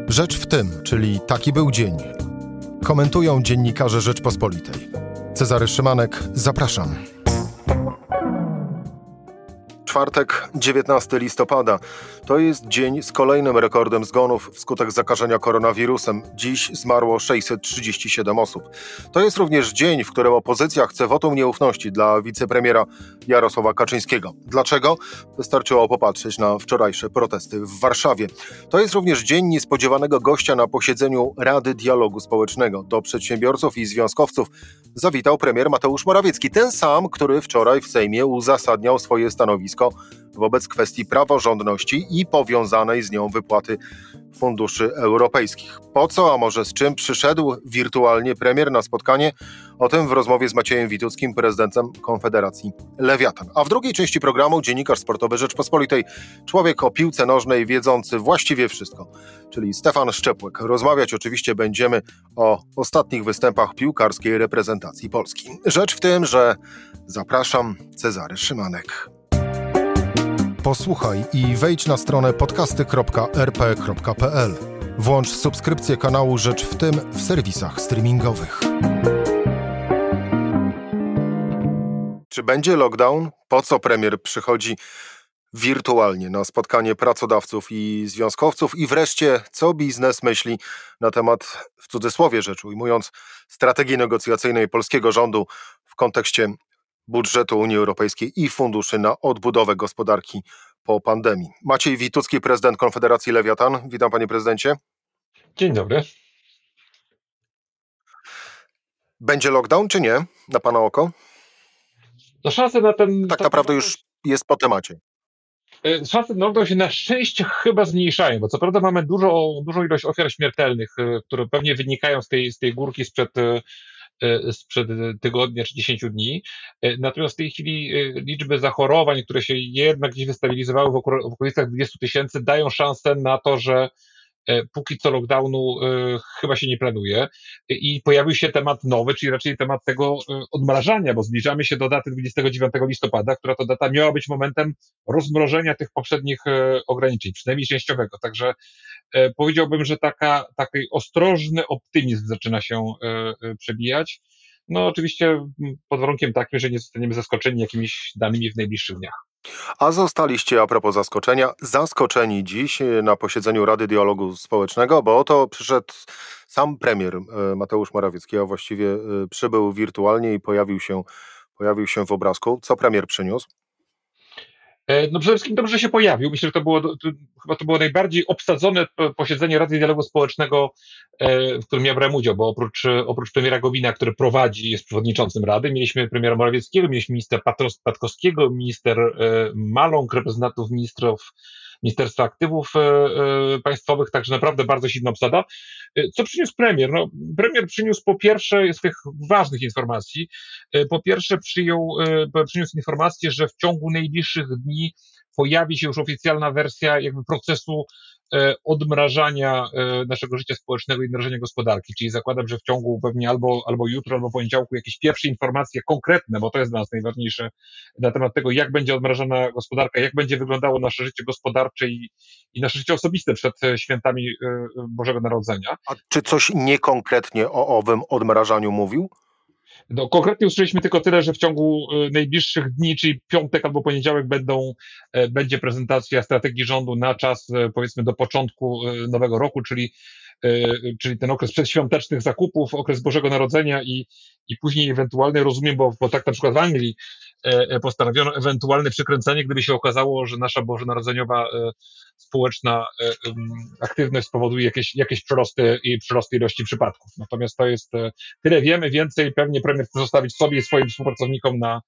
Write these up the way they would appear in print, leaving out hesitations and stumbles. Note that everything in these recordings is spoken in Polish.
Rzecz w tym, czyli taki był dzień. Komentują dziennikarze Rzeczpospolitej. Cezary Szymanek, zapraszam. Czwartek, 19 listopada. To jest dzień z kolejnym rekordem zgonów wskutek zakażenia koronawirusem. Dziś zmarło 637 osób. To jest również dzień, w którym opozycja chce wotum nieufności dla wicepremiera Jarosława Kaczyńskiego. Dlaczego? Wystarczyło popatrzeć na wczorajsze protesty w Warszawie. To jest również dzień niespodziewanego gościa na posiedzeniu Rady Dialogu Społecznego. Do przedsiębiorców i związkowców zawitał premier Mateusz Morawiecki. Ten sam, który wczoraj w Sejmie uzasadniał swoje stanowisko wobec kwestii praworządności i powiązanej z nią wypłaty funduszy europejskich. Po co, a może z czym przyszedł wirtualnie premier na spotkanie? O tym w rozmowie z Maciejem Wituckim, prezydentem Konfederacji Lewiatan. A w drugiej części programu dziennikarz sportowy Rzeczpospolitej, człowiek o piłce nożnej wiedzący właściwie wszystko, czyli Stefan Szczepłek. Rozmawiać oczywiście będziemy o ostatnich występach piłkarskiej reprezentacji Polski. Rzecz w tym, że zapraszam, Cezary Szymanek. Posłuchaj i wejdź na stronę podcasty.rp.pl. Włącz subskrypcję kanału Rzecz w tym w serwisach streamingowych. Czy będzie lockdown? Po co premier przychodzi wirtualnie na spotkanie pracodawców i związkowców? I wreszcie, co biznes myśli na temat, w cudzysłowie rzecz ujmując, strategii negocjacyjnej polskiego rządu w kontekście budżetu Unii Europejskiej i funduszy na odbudowę gospodarki po pandemii. Maciej Witucki, prezydent Konfederacji Lewiatan. Witam, panie prezydencie. Dzień dobry. Będzie lockdown, czy nie, na pana oko? No szanse na ten... Tak naprawdę już jest po temacie. Szanse na lockdown się na szczęście chyba zmniejszają, bo co prawda mamy dużą ilość ofiar śmiertelnych, które pewnie wynikają z tej górki sprzed tygodnia czy 10 dni. Natomiast w tej chwili liczby zachorowań, które się jednak gdzieś wystabilizowały w okolicach 20 000, dają szansę na to, że póki co lockdownu chyba się nie planuje i pojawił się temat nowy, czyli raczej temat tego odmrażania, bo zbliżamy się do daty 29 listopada, która to data miała być momentem rozmrożenia tych poprzednich ograniczeń, przynajmniej częściowego. Także powiedziałbym, że taki ostrożny optymizm zaczyna się przebijać. No oczywiście pod warunkiem takim, że nie zostaniemy zaskoczeni jakimiś danymi w najbliższych dniach. A zostaliście, a propos zaskoczeni dziś na posiedzeniu Rady Dialogu Społecznego, bo oto przyszedł sam premier Mateusz Morawiecki, a właściwie przybył wirtualnie i pojawił się w obrazku. Co premier przyniósł? No przede wszystkim dobrze się pojawił. Myślę, że chyba to było najbardziej obsadzone posiedzenie Rady Dialogu Społecznego, w którym ja brałem udział, bo oprócz premiera Gowina, który prowadzi, jest przewodniczącym Rady, mieliśmy premiera Morawieckiego, mieliśmy ministra Patkowskiego, minister Maląg, reprezentantów Ministerstwa Aktywów Państwowych, także naprawdę bardzo silna obsada. Co przyniósł premier? No, premier przyniósł po pierwsze z tych ważnych informacji. Po pierwsze przyniósł informację, że w ciągu najbliższych dni pojawi się już oficjalna wersja jakby procesu odmrażania naszego życia społecznego i odmrażania gospodarki, czyli zakładam, że w ciągu pewnie albo jutro, albo poniedziałku jakieś pierwsze informacje konkretne, bo to jest dla nas najważniejsze, na temat tego, jak będzie odmrażana gospodarka, jak będzie wyglądało nasze życie gospodarcze i nasze życie osobiste przed świętami Bożego Narodzenia. A czy coś niekonkretnie o owym odmrażaniu mówił? No, konkretnie usłyszeliśmy tylko tyle, że w ciągu najbliższych dni, czyli piątek albo poniedziałek będzie prezentacja strategii rządu na czas, powiedzmy, do początku nowego roku, czyli ten okres przedświątecznych zakupów, okres Bożego Narodzenia i później ewentualnie, rozumiem, bo tak na przykład w Anglii postanowiono ewentualne przykręcenie, gdyby się okazało, że nasza bożonarodzeniowa społeczna aktywność spowoduje jakieś przyrosty ilości przypadków. Natomiast to jest tyle wiemy, więcej pewnie premier chce zostawić sobie i swoim współpracownikom na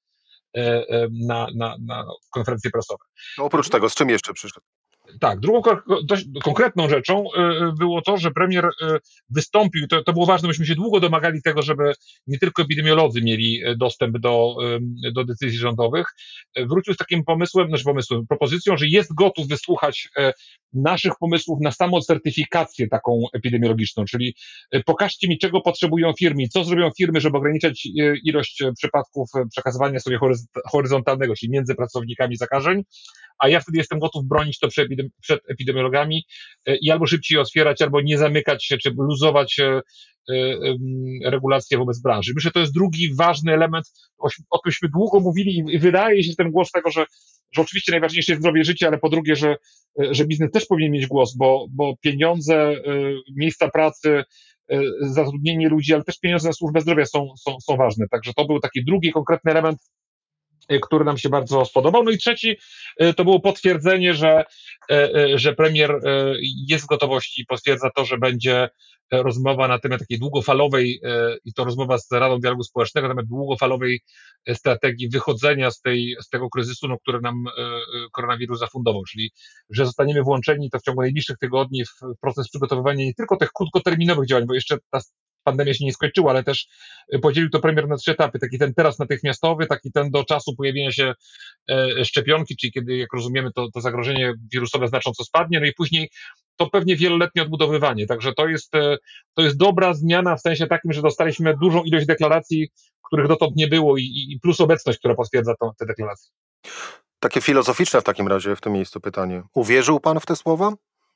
konferencje prasowe. No oprócz tego, z czym jeszcze przyszedł? Tak, drugą dość konkretną rzeczą było to, że premier wystąpił, to było ważne, myśmy się długo domagali tego, żeby nie tylko epidemiolodzy mieli dostęp do decyzji rządowych. Wrócił z takim propozycją, że jest gotów wysłuchać naszych pomysłów na samocertyfikację taką epidemiologiczną, czyli pokażcie mi, czego potrzebują firmy, co zrobią firmy, żeby ograniczać ilość przypadków przekazywania sobie horyzontalnego, czyli między pracownikami zakażeń, a ja wtedy jestem gotów bronić to przed epidemiologami i albo szybciej otwierać, albo nie zamykać się, czy luzować regulacje wobec branży. Myślę, że to jest drugi ważny element, o którymśmy długo mówili i wydaje się, że ten głos tego, że oczywiście najważniejsze jest zdrowie, życie, ale po drugie, że biznes też powinien mieć głos, bo pieniądze, miejsca pracy, zatrudnienie ludzi, ale też pieniądze na służbę zdrowia są ważne. Także to był taki drugi konkretny element, który nam się bardzo spodobał. No i trzeci to było potwierdzenie, że premier jest w gotowości i potwierdza to, że będzie rozmowa na temat takiej długofalowej, i to rozmowa z Radą Dialogu Społecznego, na temat długofalowej strategii wychodzenia z tego kryzysu, no, który nam koronawirus zafundował, czyli że zostaniemy włączeni to w ciągu najbliższych tygodni w proces przygotowywania nie tylko tych krótkoterminowych działań, bo jeszcze ta pandemia się nie skończyła, ale też podzielił to premier na 3 etapy. Taki ten teraz natychmiastowy, taki ten do czasu pojawienia się szczepionki, czyli kiedy, jak rozumiemy, to zagrożenie wirusowe znacząco spadnie, no i później to pewnie wieloletnie odbudowywanie. Także to jest dobra zmiana w sensie takim, że dostaliśmy dużą ilość deklaracji, których dotąd nie było i plus obecność, która potwierdza te deklaracje. Takie filozoficzne w takim razie w tym miejscu pytanie. Uwierzył pan w te słowa?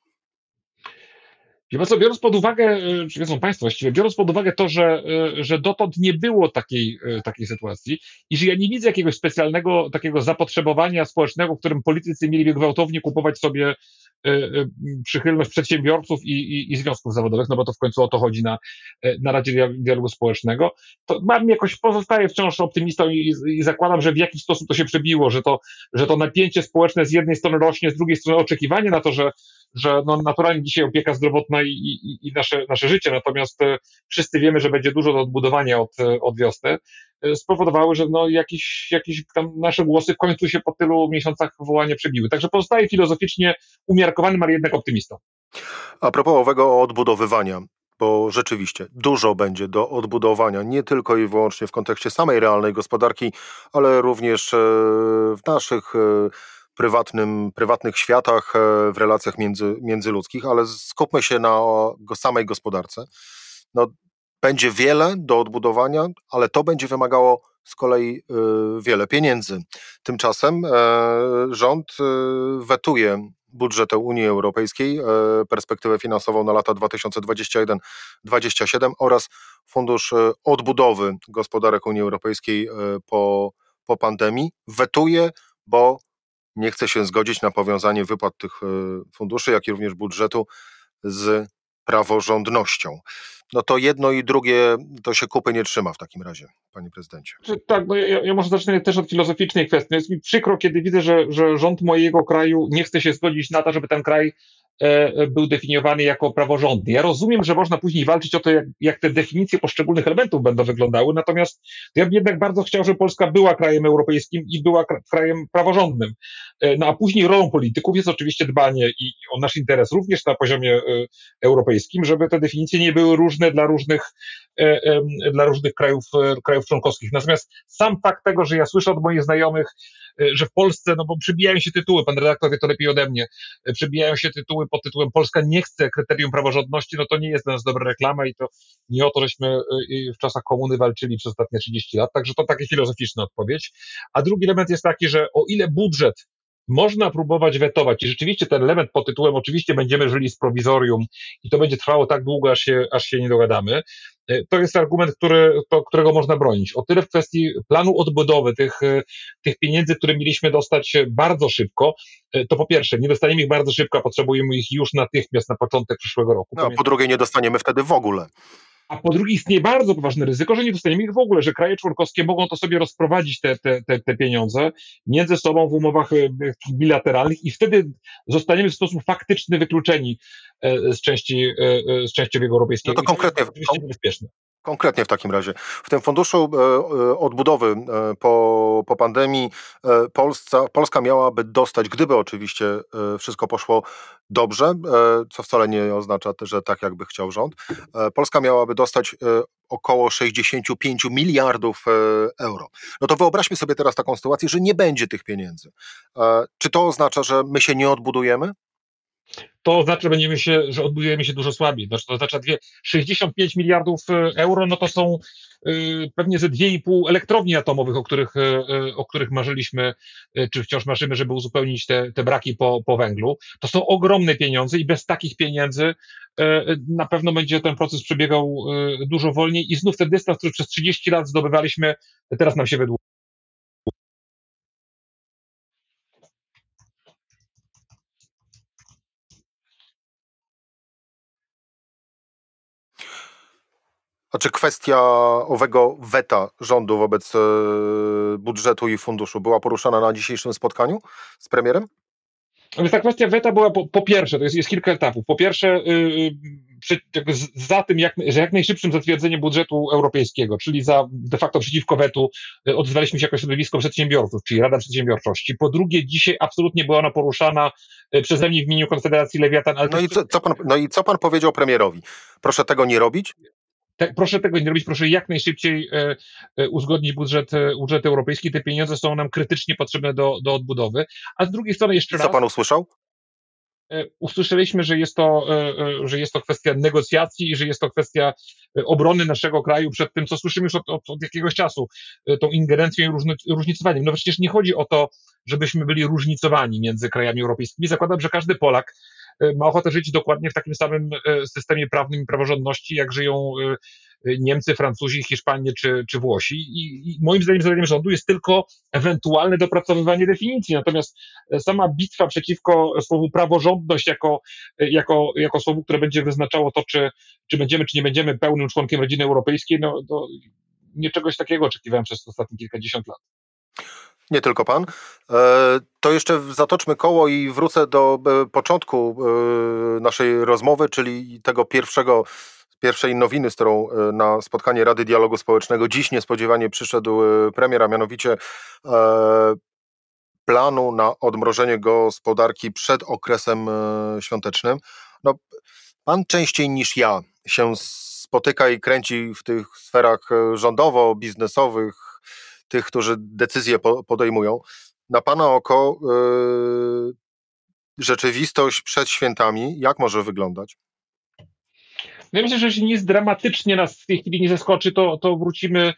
Wie co, biorąc pod uwagę, czy wiedzą Państwo właściwie, biorąc pod uwagę to, że dotąd nie było takiej sytuacji i że ja nie widzę jakiegoś specjalnego takiego zapotrzebowania społecznego, w którym politycy mieliby gwałtownie kupować sobie przychylność przedsiębiorców i związków zawodowych, no bo to w końcu o to chodzi na Radzie Dialogu Społecznego, to pozostaję wciąż optymistą i zakładam, że w jakiś sposób to się przebiło, że to napięcie społeczne z jednej strony rośnie, z drugiej strony oczekiwanie na to, że no naturalnie dzisiaj opieka zdrowotna i nasze życie, natomiast wszyscy wiemy, że będzie dużo do odbudowania od wiosny, spowodowały, że no jakieś tam nasze głosy w końcu się po tylu miesiącach wołania przebiły. Także pozostaje filozoficznie umiarkowanym, ale jednak optymistą. A propos owego odbudowywania, bo rzeczywiście dużo będzie do odbudowania, nie tylko i wyłącznie w kontekście samej realnej gospodarki, ale również w naszych prywatnych światach, w relacjach międzyludzkich, ale skupmy się na samej gospodarce. No, będzie wiele do odbudowania, ale to będzie wymagało z kolei wiele pieniędzy. Tymczasem rząd wetuje budżetu Unii Europejskiej, perspektywę finansową na lata 2021-2027 oraz Fundusz Odbudowy Gospodarek Unii Europejskiej po pandemii. Wetuje, bo nie chce się zgodzić na powiązanie wypłat tych funduszy, jak i również budżetu z praworządnością. No to jedno i drugie to się kupy nie trzyma w takim razie, panie prezydencie. Tak, no ja może zacznę też od filozoficznej kwestii. Jest mi przykro, kiedy widzę, że rząd mojego kraju nie chce się zgodzić na to, żeby ten kraj był definiowany jako praworządny. Ja rozumiem, że można później walczyć o to, jak te definicje poszczególnych elementów będą wyglądały, natomiast ja bym jednak bardzo chciał, żeby Polska była krajem europejskim i była krajem praworządnym. No a później rolą polityków jest oczywiście dbanie i o nasz interes również na poziomie europejskim, żeby te definicje nie były różne dla różnych krajów członkowskich. Natomiast sam fakt tego, że ja słyszę od moich znajomych, że w Polsce, no bo przebijają się tytuły, pan redaktor wie to lepiej ode mnie, przebijają się tytuły pod tytułem Polska nie chce kryterium praworządności, no to nie jest dla nas dobra reklama i to nie o to, żeśmy w czasach komuny walczyli przez ostatnie 30 lat, także to takie filozoficzna odpowiedź. A drugi element jest taki, że o ile budżet można próbować wetować i rzeczywiście ten element pod tytułem oczywiście będziemy żyli z prowizorium i to będzie trwało tak długo, aż się nie dogadamy, to jest argument, którego można bronić. O tyle w kwestii planu odbudowy tych pieniędzy, które mieliśmy dostać bardzo szybko, to po pierwsze, nie dostaniemy ich bardzo szybko, a potrzebujemy ich już natychmiast na początek przyszłego roku. No, a po drugie, nie dostaniemy wtedy w ogóle. A po drugie istnieje bardzo poważne ryzyko, że nie dostaniemy ich w ogóle, że kraje członkowskie mogą to sobie rozprowadzić te pieniądze między sobą w umowach bilateralnych i wtedy zostaniemy w sposób faktyczny wykluczeni z części obiegu europejskiego. No to konkretnie w takim razie. W tym funduszu odbudowy po pandemii Polska miałaby dostać, gdyby oczywiście wszystko poszło dobrze, co wcale nie oznacza, że tak jakby chciał rząd, Polska miałaby dostać około 65 miliardów euro. No to wyobraźmy sobie teraz taką sytuację, że nie będzie tych pieniędzy. Czy to oznacza, że my się nie odbudujemy? To oznacza, że odbudujemy się dużo słabiej. Znaczy, to oznacza 65 miliardów euro, no to są pewnie ze 2,5 elektrowni atomowych, o których marzyliśmy, czy wciąż marzymy, żeby uzupełnić te braki po węglu. To są ogromne pieniądze i bez takich pieniędzy na pewno będzie ten proces przebiegał dużo wolniej i znów ten dystans, który przez 30 lat zdobywaliśmy, teraz nam się wydłuży. A czy kwestia owego weta rządu wobec budżetu i funduszu była poruszana na dzisiejszym spotkaniu z premierem? Więc ta kwestia weta była po pierwsze, to jest kilka etapów. Po pierwsze, za tym, że jak najszybszym zatwierdzeniem budżetu europejskiego, czyli za de facto przeciwko wetu, odzwaliśmy się jako środowisko przedsiębiorców, czyli Rada Przedsiębiorczości. Po drugie, dzisiaj absolutnie była ona poruszana przeze mnie w imieniu Konfederacji Lewiatan. Ale no i co pan powiedział premierowi? Proszę tego nie robić? Proszę tego nie robić, proszę jak najszybciej uzgodnić budżet europejski. Te pieniądze są nam krytycznie potrzebne do odbudowy. A z drugiej strony jeszcze raz. Co pan usłyszał? Usłyszeliśmy, że jest to kwestia negocjacji i że jest to kwestia obrony naszego kraju przed tym, co słyszymy już od jakiegoś czasu, tą ingerencją i różnicowaniem. No przecież nie chodzi o to, żebyśmy byli różnicowani między krajami europejskimi. Zakładam, że każdy Polak ma ochotę żyć dokładnie w takim samym systemie prawnym i praworządności, jak żyją Niemcy, Francuzi, Hiszpanie czy Włosi. I moim zdaniem zadaniem rządu jest tylko ewentualne dopracowywanie definicji. Natomiast sama bitwa przeciwko słowu praworządność jako słowu, które będzie wyznaczało to, czy będziemy, czy nie będziemy pełnym członkiem rodziny europejskiej, no to nie czegoś takiego oczekiwałem przez ostatnie kilkadziesiąt lat. Nie tylko pan. To jeszcze zatoczmy koło i wrócę do początku naszej rozmowy, czyli tego pierwszej nowiny, z którą na spotkanie Rady Dialogu Społecznego dziś niespodziewanie przyszedł premier, a mianowicie planu na odmrożenie gospodarki przed okresem świątecznym. No, pan częściej niż ja się spotyka i kręci w tych sferach rządowo-biznesowych, tych, którzy decyzje podejmują. Na pana oko rzeczywistość przed świętami jak może wyglądać? No ja myślę, że jeśli nic dramatycznie nas w tej chwili nie zaskoczy, to wrócimy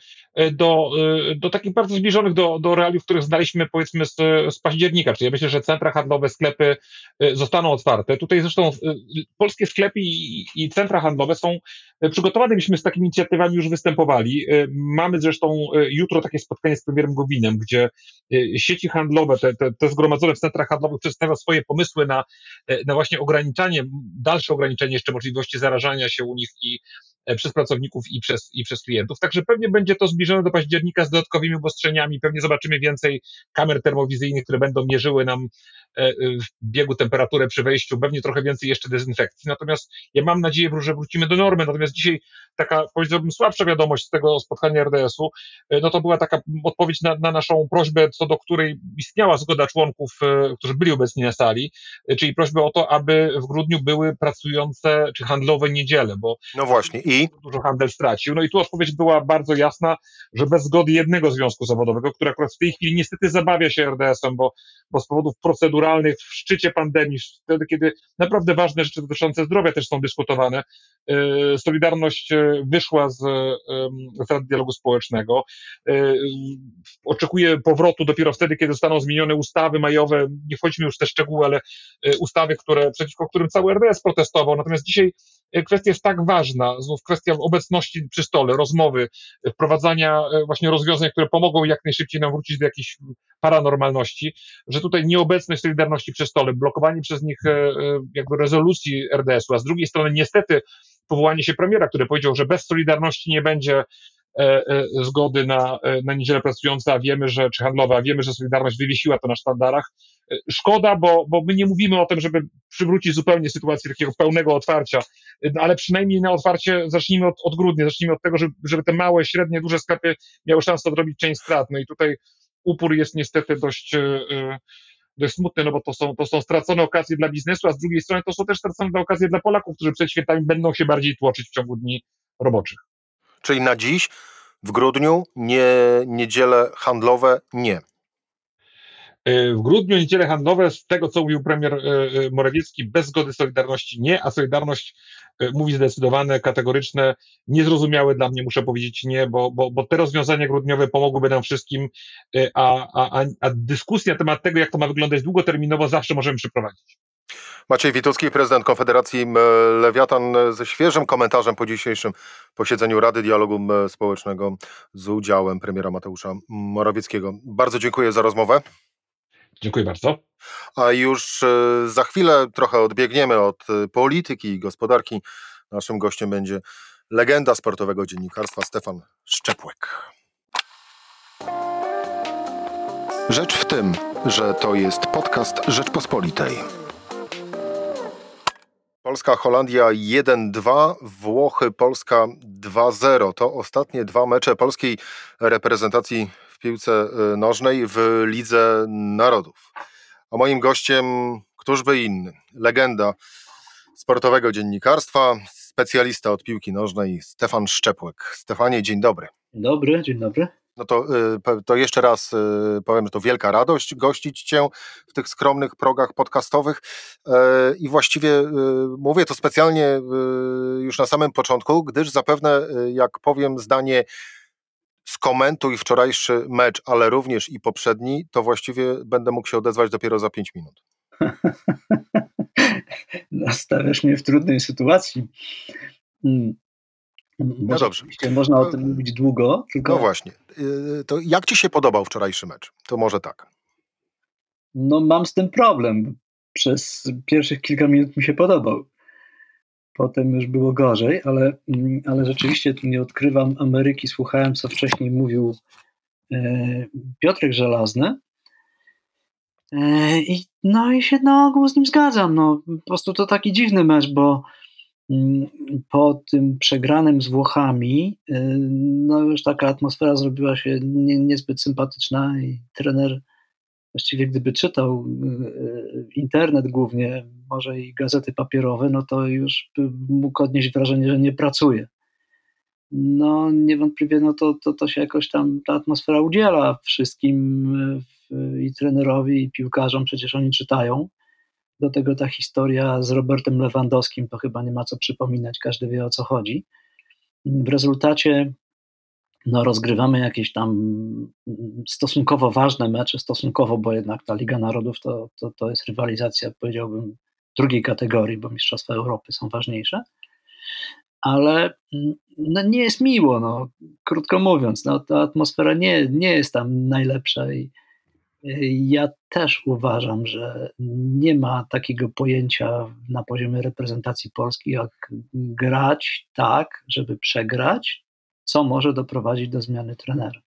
do takich bardzo zbliżonych do realiów, których znaliśmy powiedzmy z października. Czyli ja myślę, że centra handlowe, sklepy zostaną otwarte. Tutaj zresztą polskie sklepy i centra handlowe są przygotowane. Myśmy z takimi inicjatywami już występowali. Mamy zresztą jutro takie spotkanie z premierem Gowinem, gdzie sieci handlowe, te zgromadzone w centrach handlowych przedstawią swoje pomysły na właśnie dalsze ograniczenie jeszcze możliwości zarażania się u nich i przez pracowników i przez klientów. Także pewnie będzie to zbliżone do października z dodatkowymi obostrzeniami. Pewnie zobaczymy więcej kamer termowizyjnych, które będą mierzyły nam w biegu temperaturę przy wejściu, pewnie trochę więcej jeszcze dezynfekcji. Natomiast ja mam nadzieję, że wrócimy do normy. Natomiast dzisiaj taka, powiedziałbym, słabsza wiadomość z tego spotkania RDS-u, no to była taka odpowiedź na naszą prośbę, co do której istniała zgoda członków, którzy byli obecni na sali, czyli prośbę o to, aby w grudniu były pracujące czy handlowe niedziele, bo no właśnie i dużo handel stracił. No i tu odpowiedź była bardzo jasna, że bez zgody jednego związku zawodowego, który akurat w tej chwili niestety zabawia się RDS-em, bo z powodów proceduralnych w szczycie pandemii, wtedy kiedy naprawdę ważne rzeczy dotyczące zdrowia też są dyskutowane, Solidarność wyszła z Rady Dialogu Społecznego. Oczekuje powrotu dopiero wtedy, kiedy zostaną zmienione ustawy majowe, nie wchodźmy już w te szczegóły, ale ustawy, przeciwko którym cały RDS protestował. Natomiast dzisiaj kwestia jest tak ważna, znów kwestia obecności przy stole, rozmowy, wprowadzania właśnie rozwiązań, które pomogą jak najszybciej nam wrócić do jakiejś paranormalności, że tutaj nieobecność Solidarności przy stole, blokowanie przez nich jakby rezolucji RDS-u, a z drugiej strony niestety powołanie się premiera, który powiedział, że bez Solidarności nie będzie zgody na niedzielę pracujące, czy handlowe, a wiemy, że Solidarność wywiesiła to na sztandarach. Szkoda, bo my nie mówimy o tym, żeby przywrócić zupełnie sytuację takiego pełnego otwarcia, ale przynajmniej na otwarcie zacznijmy od grudnia, zacznijmy od tego, żeby te małe, średnie, duże sklepy miały szansę odrobić część strat. No i tutaj upór jest niestety dość smutne, no bo to są stracone okazje dla biznesu, a z drugiej strony to są też stracone okazje dla Polaków, którzy przed świętami będą się bardziej tłoczyć w ciągu dni roboczych. Czyli na dziś, w grudniu, niedziele handlowe nie. W grudniu niedziele handlowe, z tego co mówił premier Morawiecki, bez zgody Solidarności nie, a Solidarność mówi zdecydowane, kategoryczne, niezrozumiałe dla mnie, muszę powiedzieć nie, bo te rozwiązania grudniowe pomogłyby nam wszystkim, a dyskusja na temat tego, jak to ma wyglądać długoterminowo, zawsze możemy przeprowadzić. Maciej Witucki, prezydent Konfederacji Lewiatan, ze świeżym komentarzem po dzisiejszym posiedzeniu Rady Dialogu Społecznego z udziałem premiera Mateusza Morawieckiego. Bardzo dziękuję za rozmowę. Dziękuję bardzo. A już za chwilę trochę odbiegniemy od polityki i gospodarki. Naszym gościem będzie legenda sportowego dziennikarstwa Stefan Szczepłek. Rzecz w tym, że to jest podcast Rzeczpospolitej. Polska, Holandia 1-2, Włochy, Polska 2-0. To ostatnie dwa mecze polskiej reprezentacji w piłce nożnej w Lidze Narodów. A moim gościem, któż by inny, legenda sportowego dziennikarstwa, specjalista od piłki nożnej, Stefan Szczepłek. Stefanie, dzień dobry. Dzień dobry. No to jeszcze raz powiem, że to wielka radość gościć Cię w tych skromnych progach podcastowych i właściwie mówię to specjalnie już na samym początku, gdyż zapewne jak powiem zdanie skomentuj wczorajszy mecz, ale również i poprzedni, to właściwie będę mógł się odezwać dopiero za 5 minut. Stawiasz mnie w trudnej sytuacji. No dobrze. Można o tym mówić długo. Tylko... No właśnie. To jak Ci się podobał wczorajszy mecz? To może tak. No mam z tym problem. Przez pierwszych kilka minut mi się podobał. Potem już było gorzej, ale rzeczywiście tu nie odkrywam Ameryki. Słuchałem, co wcześniej mówił Piotrek Żelazny. I się na ogół z nim zgadzam. No, po prostu to taki dziwny mecz, bo po tym przegranym z Włochami no już taka atmosfera zrobiła się niezbyt sympatyczna i trener właściwie gdyby czytał internet głównie, może i gazety papierowe, no to już mógł odnieść wrażenie, że nie pracuje. No niewątpliwie no to się jakoś tam ta atmosfera udziela wszystkim i trenerowi i piłkarzom, przecież oni czytają. Do tego ta historia z Robertem Lewandowskim, to chyba nie ma co przypominać, każdy wie o co chodzi. W rezultacie no, rozgrywamy jakieś tam stosunkowo ważne mecze, bo jednak ta Liga Narodów to jest rywalizacja, powiedziałbym, drugiej kategorii, bo Mistrzostwa Europy są ważniejsze, ale no, nie jest miło, no, krótko mówiąc, no, ta atmosfera nie jest tam najlepsza i ja też uważam, że nie ma takiego pojęcia na poziomie reprezentacji Polski, jak grać tak, żeby przegrać, co może doprowadzić do zmiany trenera.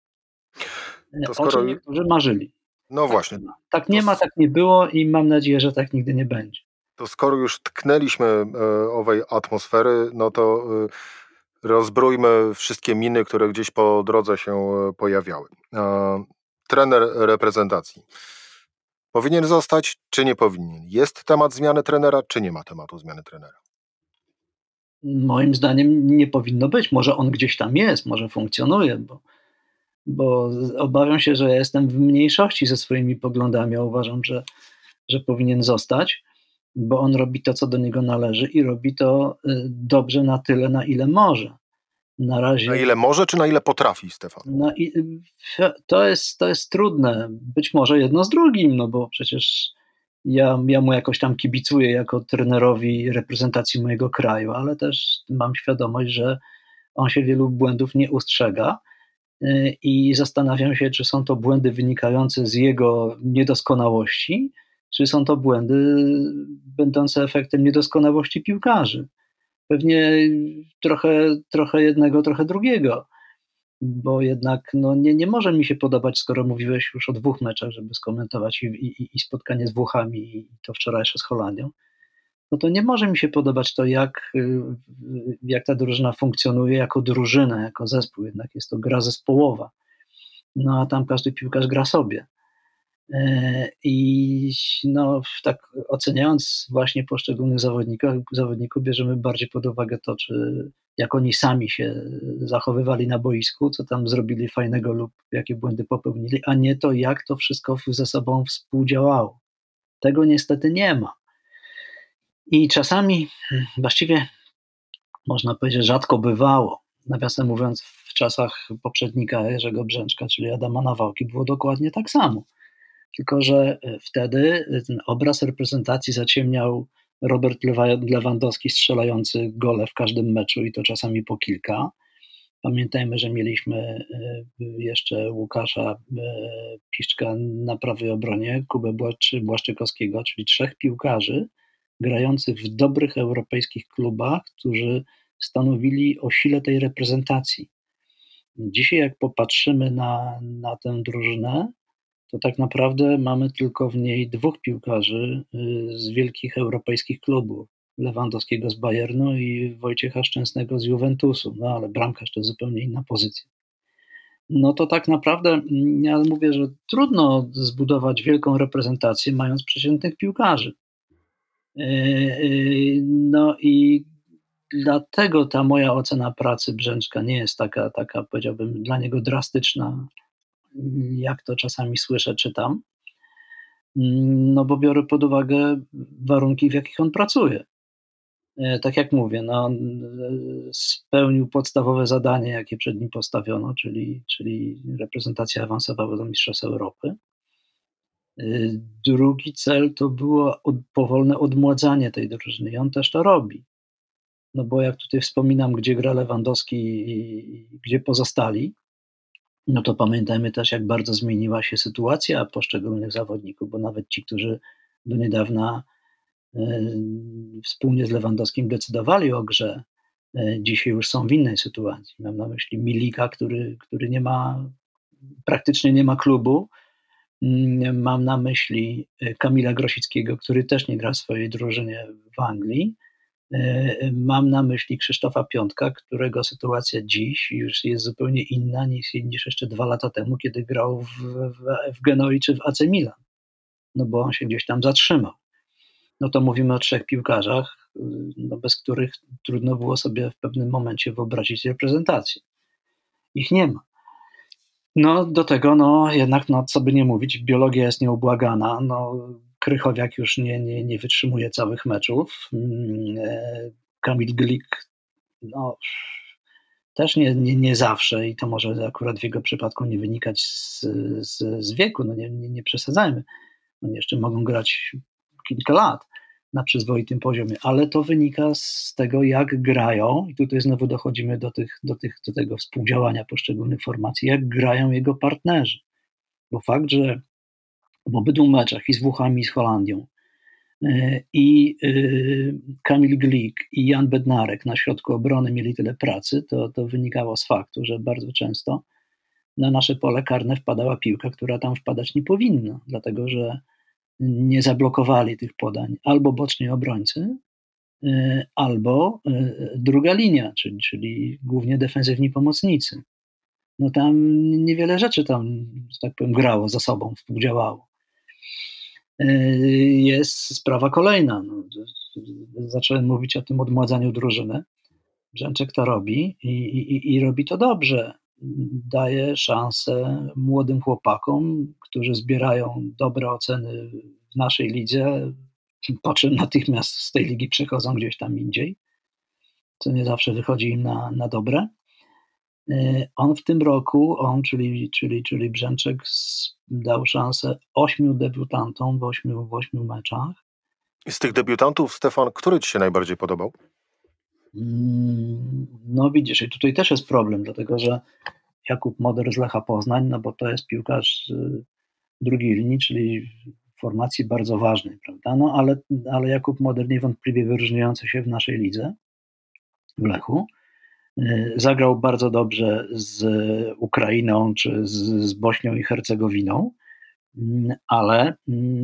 O czym niektórzy marzyli. No właśnie. Tak nie ma, tak nie było i mam nadzieję, że tak nigdy nie będzie. To skoro już tknęliśmy owej atmosfery, no to rozbrójmy wszystkie miny, które gdzieś po drodze się pojawiały. Trener reprezentacji powinien zostać, czy nie powinien? Jest temat zmiany trenera, czy nie ma tematu zmiany trenera? Moim zdaniem nie powinno być. Może on gdzieś tam jest, może funkcjonuje, bo obawiam się, że ja jestem w mniejszości ze swoimi poglądami. Ja uważam, że powinien zostać, bo on robi to, co do niego należy i robi to dobrze na tyle, na ile może. Na razie, na ile może, czy na ile potrafi, Stefan? To jest trudne. Być może jedno z drugim, no bo przecież ja mu jakoś tam kibicuję jako trenerowi reprezentacji mojego kraju, ale też mam świadomość, że on się wielu błędów nie ustrzega i zastanawiam się, czy są to błędy wynikające z jego niedoskonałości, czy są to błędy będące efektem niedoskonałości piłkarzy. Pewnie trochę jednego, trochę drugiego, bo jednak no, nie może mi się podobać, skoro mówiłeś już o 2 meczach, żeby skomentować i spotkanie z Włochami i to wczorajsze z Holandią, no to nie może mi się podobać to, jak ta drużyna funkcjonuje jako drużyna, jako zespół, jednak jest to gra zespołowa, no a tam każdy piłkarz gra sobie. I no, tak oceniając właśnie poszczególnych zawodników, bierzemy bardziej pod uwagę to, jak oni sami się zachowywali na boisku, co tam zrobili fajnego lub jakie błędy popełnili, a nie to, jak to wszystko ze sobą współdziałało. Tego niestety nie ma. I czasami, właściwie można powiedzieć, rzadko bywało. Nawiasem mówiąc, w czasach poprzednika Jerzego Brzęczka, czyli Adama Nawałki, było dokładnie tak samo. Tylko że wtedy ten obraz reprezentacji zaciemniał Robert Lewandowski strzelający gole w każdym meczu i to czasami po kilka. Pamiętajmy, że mieliśmy jeszcze Łukasza Piszczka na prawej obronie, Kubę Błaszczykowskiego, czyli 3 piłkarzy grających w dobrych europejskich klubach, którzy stanowili o sile tej reprezentacji. Dzisiaj jak popatrzymy na tę drużynę, to tak naprawdę mamy tylko w niej 2 piłkarzy z wielkich europejskich klubów. Lewandowskiego z Bayernu i Wojciecha Szczęsnego z Juventusu, no ale bramkarz to zupełnie inna pozycja. No to tak naprawdę, ja mówię, że trudno zbudować wielką reprezentację, mając przeciętnych piłkarzy. No i dlatego ta moja ocena pracy Brzęczka nie jest taka powiedziałbym, dla niego drastyczna, jak to czasami słyszę, czytam, no bo biorę pod uwagę warunki, w jakich on pracuje. Tak jak mówię, no, spełnił podstawowe zadanie, jakie przed nim postawiono, czyli reprezentacja awansowała do Mistrzostw Europy. Drugi cel to było powolne odmładzanie tej drużyny i on też to robi. No bo jak tutaj wspominam, gdzie gra Lewandowski i gdzie pozostali, no to pamiętajmy też, jak bardzo zmieniła się sytuacja poszczególnych zawodników, bo nawet ci, którzy do niedawna wspólnie z Lewandowskim decydowali o grze, dzisiaj już są w innej sytuacji. Mam na myśli Milika, który praktycznie nie ma klubu. Mam na myśli Kamila Grosickiego, który też nie gra w swojej drużynie w Anglii. Mam na myśli Krzysztofa Piątka, którego sytuacja dziś już jest zupełnie inna niż jeszcze 2 lata temu, kiedy grał w Genoi czy w AC Milan. No bo on się gdzieś tam zatrzymał. No to mówimy o 3 piłkarzach, no bez których trudno było sobie w pewnym momencie wyobrazić reprezentację. Ich nie ma. No do tego, no jednak, no co by nie mówić, biologia jest nieubłagana. No, Krychowiak już nie wytrzymuje całych meczów. Kamil Glik, no też nie zawsze i to może akurat w jego przypadku nie wynikać z wieku, no nie przesadzajmy. Oni jeszcze mogą grać kilka lat na przyzwoitym poziomie, ale to wynika z tego, jak grają, i tutaj znowu dochodzimy do tego współdziałania poszczególnych formacji, jak grają jego partnerzy. Bo fakt, że w obydwu meczach i z Włochami, i z Holandią i Kamil Glik i Jan Bednarek na środku obrony mieli tyle pracy, to wynikało z faktu, że bardzo często na nasze pole karne wpadała piłka, która tam wpadać nie powinna, dlatego że nie zablokowali tych podań albo boczni obrońcy, albo druga linia, czyli głównie defensywni pomocnicy. No tam niewiele rzeczy tam, że tak powiem, grało ze sobą, współdziałało. Jest sprawa kolejna. No, zacząłem mówić o tym odmładzaniu drużyny. Brzęczek to robi i robi to dobrze. Daje szansę młodym chłopakom, którzy zbierają dobre oceny w naszej lidze, po czym natychmiast z tej ligi przechodzą gdzieś tam indziej, co nie zawsze wychodzi im na dobre. On w tym roku, czyli Brzęczek, dał szansę 8 debiutantom w 8 meczach. I z tych debiutantów, Stefan, który ci się najbardziej podobał? No widzisz, i tutaj też jest problem, dlatego że Jakub Moder z Lecha Poznań, no bo to jest piłkarz drugiej linii, czyli formacji bardzo ważnej, prawda? No ale Jakub Moder niewątpliwie wyróżniający się w naszej lidze, w Lechu. Zagrał bardzo dobrze z Ukrainą czy z Bośnią i Hercegowiną, ale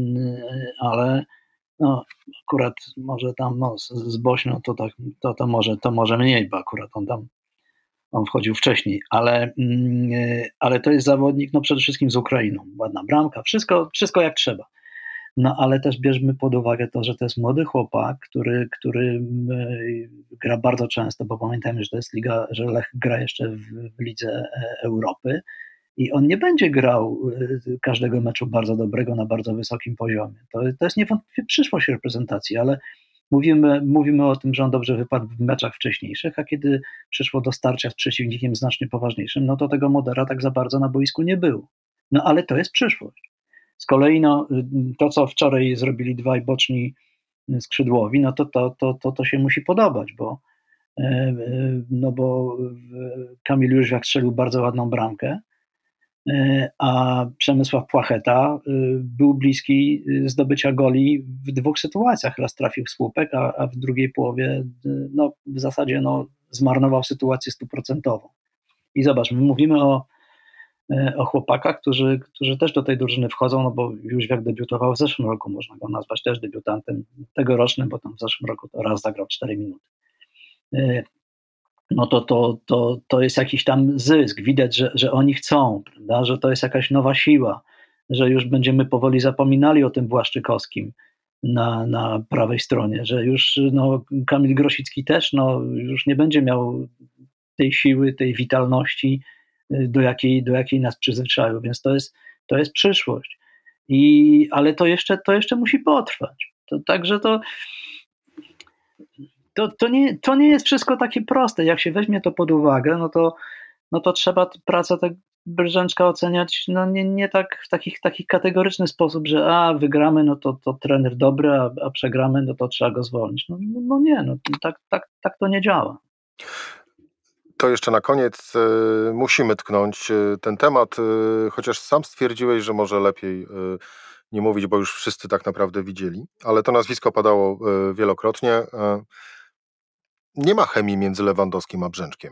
no, akurat może tam z Bośnią to może mniej, bo akurat on wchodził wcześniej, ale to jest zawodnik no przede wszystkim z Ukrainą, ładna bramka, wszystko jak trzeba. No ale też bierzmy pod uwagę to, że to jest młody chłopak, który gra bardzo często, bo pamiętajmy, że to jest liga, że Lech gra jeszcze w Lidze Europy i on nie będzie grał każdego meczu bardzo dobrego na bardzo wysokim poziomie. To jest niewątpliwie przyszłość reprezentacji, ale mówimy o tym, że on dobrze wypadł w meczach wcześniejszych, a kiedy przyszło do starcia z przeciwnikiem znacznie poważniejszym, no to tego Modera tak za bardzo na boisku nie było. No ale to jest przyszłość. Z kolei to, co wczoraj zrobili dwaj boczni skrzydłowi, no to się musi podobać, bo Kamil Jóźwiak strzelił bardzo ładną bramkę, a Przemysław Płacheta był bliski zdobycia goli w dwóch sytuacjach. Raz trafił w słupek, a w drugiej połowie w zasadzie zmarnował sytuację 100%. I zobacz, my mówimy o chłopakach, którzy też do tej drużyny wchodzą, no bo Jóźwiak debiutował w zeszłym roku, można go nazwać też debiutantem tegorocznym, bo tam w zeszłym roku to raz zagrał 4 minuty. No to jest jakiś tam zysk. Widać, że oni chcą, prawda? Że to jest jakaś nowa siła, że już będziemy powoli zapominali o tym Błaszczykowskim na prawej stronie, że już Kamil Grosicki też już nie będzie miał tej siły, tej witalności, do jakiej nas przyzwyczaił, więc to jest przyszłość. Ale to jeszcze musi potrwać. Także to nie jest wszystko takie proste. Jak się weźmie to pod uwagę, no to trzeba pracę Brzęczka oceniać nie tak w taki kategoryczny sposób, że wygramy, no to trener dobry, a przegramy, no to trzeba go zwolnić. Tak to nie działa. To jeszcze na koniec musimy tknąć ten temat, chociaż sam stwierdziłeś, że może lepiej nie mówić, bo już wszyscy tak naprawdę widzieli, ale to nazwisko padało wielokrotnie. Nie ma chemii między Lewandowskim a Brzęczkiem.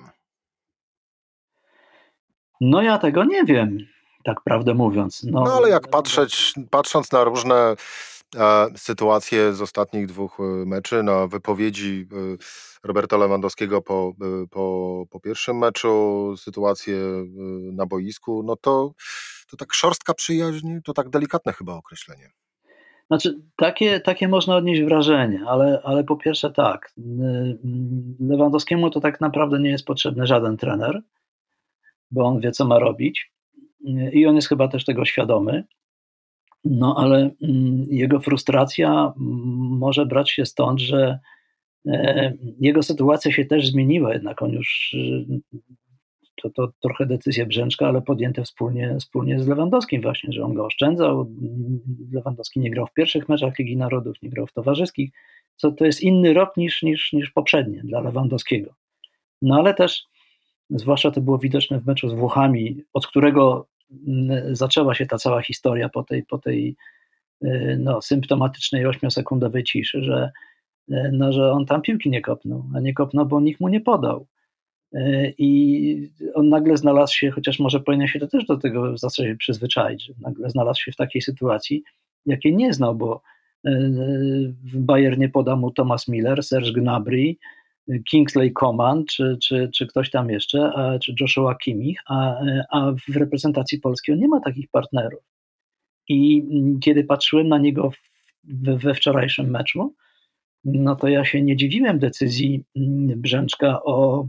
No ja tego nie wiem, tak prawdę mówiąc. No ale jak patrząc na różne sytuacje z ostatnich 2 meczy, na wypowiedzi Roberta Lewandowskiego po pierwszym meczu, sytuacje na boisku, no to tak szorstka przyjaźń, to tak delikatne chyba określenie. Znaczy, takie można odnieść wrażenie, ale po pierwsze tak, Lewandowskiemu to tak naprawdę nie jest potrzebny żaden trener, bo on wie, co ma robić i on jest chyba też tego świadomy, ale jego frustracja może brać się stąd, że jego sytuacja się też zmieniła, jednak on już, to trochę decyzja Brzęczka, ale podjęte wspólnie z Lewandowskim właśnie, że on go oszczędzał. Lewandowski nie grał w pierwszych meczach Ligi Narodów, nie grał w towarzyskich, to jest inny rok niż poprzednie dla Lewandowskiego. No ale też, zwłaszcza to było widoczne w meczu z Włochami, od którego zaczęła się ta cała historia po tej symptomatycznej 8-sekundowej ciszy, że on tam piłki nie kopnął, a nie kopnął, bo nikt mu nie podał. I on nagle znalazł się, chociaż może powinien się to też do tego zacząć się przyzwyczaić, że nagle znalazł się w takiej sytuacji, jakiej nie znał, bo w Bayernie poda mu Thomas Müller, Serge Gnabry, Kingsley Coman, czy ktoś tam jeszcze, czy Joshua Kimmich, a w reprezentacji polskiej on nie ma takich partnerów. I kiedy patrzyłem na niego we wczorajszym meczu, no to ja się nie dziwiłem decyzji Brzęczka o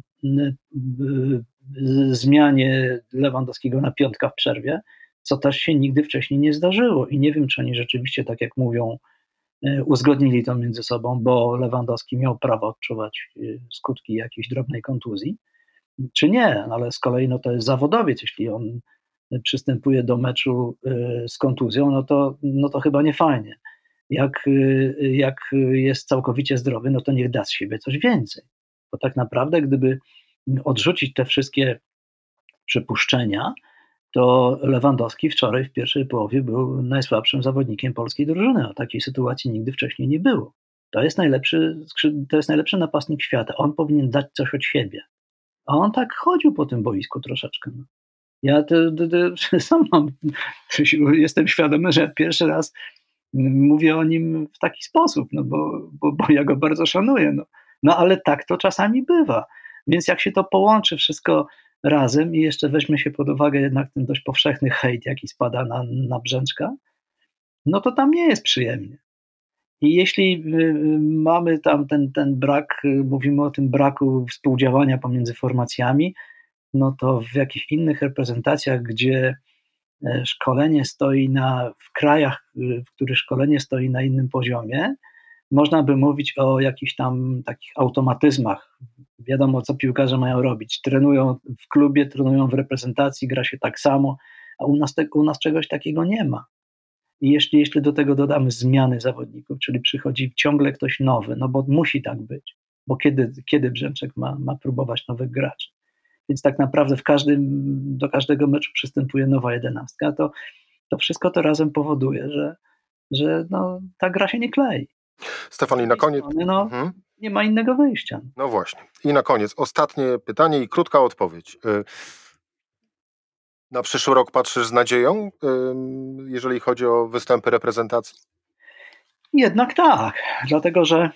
zmianie Lewandowskiego na piątka w przerwie, co też się nigdy wcześniej nie zdarzyło i nie wiem, czy oni rzeczywiście, tak jak mówią, uzgodnili to między sobą, bo Lewandowski miał prawo odczuwać skutki jakiejś drobnej kontuzji, czy nie, ale z kolei to jest zawodowiec, jeśli on przystępuje do meczu z kontuzją, no to chyba nie fajnie. Jak jest całkowicie zdrowy, no to niech da z siebie coś więcej. Bo tak naprawdę, gdyby odrzucić te wszystkie przypuszczenia, to Lewandowski wczoraj w pierwszej połowie był najsłabszym zawodnikiem polskiej drużyny. O takiej sytuacji nigdy wcześniej nie było. To jest najlepszy napastnik świata. On powinien dać coś od siebie. A on tak chodził po tym boisku troszeczkę. Ja sam jestem świadomy, że pierwszy raz mówię o nim w taki sposób, bo ja go bardzo szanuję. No ale tak to czasami bywa. Więc jak się to połączy wszystko razem i jeszcze weźmie się pod uwagę jednak ten dość powszechny hejt, jaki spada na Brzęczka, no to tam nie jest przyjemnie. I jeśli mamy tam ten brak, mówimy o tym braku współdziałania pomiędzy formacjami, no to w jakichś innych reprezentacjach, gdzie szkolenie stoi w krajach, w których szkolenie stoi na innym poziomie, można by mówić o jakichś tam takich automatyzmach. Wiadomo, co piłkarze mają robić. Trenują w klubie, trenują w reprezentacji, gra się tak samo, a u nas czegoś takiego nie ma. I jeśli do tego dodamy zmiany zawodników, czyli przychodzi ciągle ktoś nowy, no bo musi tak być, bo kiedy Brzęczek ma próbować nowych graczy. Więc tak naprawdę do każdego meczu przystępuje nowa 11, to wszystko to razem powoduje, że ta gra się nie klei. Stefan, i na koniec... Nie ma innego wyjścia. No właśnie. I na koniec ostatnie pytanie i krótka odpowiedź. Na przyszły rok patrzysz z nadzieją, jeżeli chodzi o występy reprezentacji? Jednak tak, dlatego że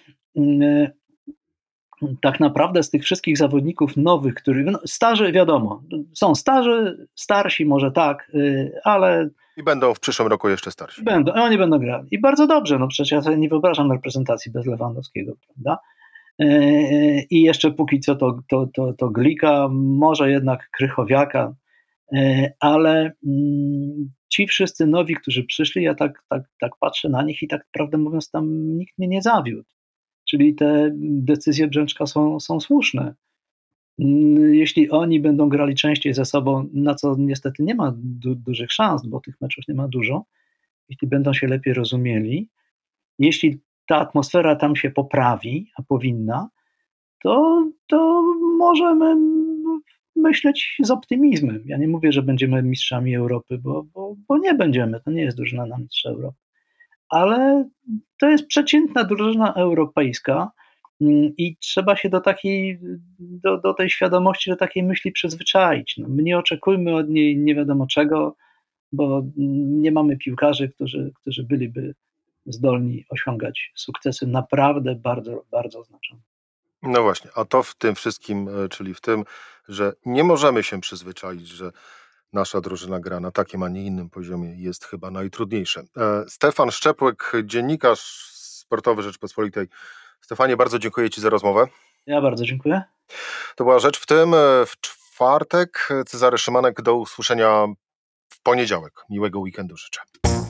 tak naprawdę z tych wszystkich zawodników nowych, których starzy, wiadomo, są starsi może tak, ale... I będą w przyszłym roku jeszcze starsi. Oni będą grali. I bardzo dobrze, no przecież ja sobie nie wyobrażam reprezentacji bez Lewandowskiego, prawda? I jeszcze póki co to Glika, może jednak Krychowiaka, ale ci wszyscy nowi, którzy przyszli, ja tak patrzę na nich i tak prawdę mówiąc tam nikt mnie nie zawiódł. Czyli te decyzje Brzęczka są słuszne. Jeśli oni będą grali częściej ze sobą, na co niestety nie ma dużych szans, bo tych meczów nie ma dużo, jeśli będą się lepiej rozumieli, jeśli ta atmosfera tam się poprawi, a powinna, to możemy myśleć z optymizmem. Ja nie mówię, że będziemy mistrzami Europy, bo nie będziemy, to nie jest drużyna na mistrza Europy. Ale to jest przeciętna drużyna europejska i trzeba się do tej świadomości, do takiej myśli przyzwyczaić. No, my nie oczekujmy od niej nie wiadomo czego, bo nie mamy piłkarzy, którzy byliby zdolni osiągać sukcesy naprawdę bardzo, bardzo znaczące. No właśnie, a to w tym wszystkim, czyli w tym, że nie możemy się przyzwyczaić, że nasza drużyna gra na takim, a nie innym poziomie, jest chyba najtrudniejsze. Stefan Szczepłek, dziennikarz sportowy Rzeczpospolitej. Stefanie, bardzo dziękuję Ci za rozmowę. Ja bardzo dziękuję. To była Rzecz w tym. W czwartek Cezary Szymanek. Do usłyszenia w poniedziałek. Miłego weekendu życzę.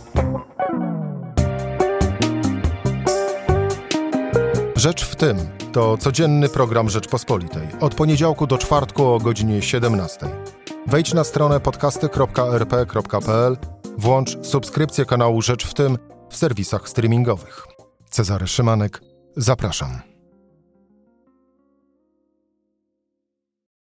Rzecz w tym to codzienny program Rzeczpospolitej. Od poniedziałku do czwartku o godzinie 17. Wejdź na stronę podcasty.rp.pl, włącz subskrypcję kanału Rzecz w tym w serwisach streamingowych. Cezary Szymanek, zapraszam.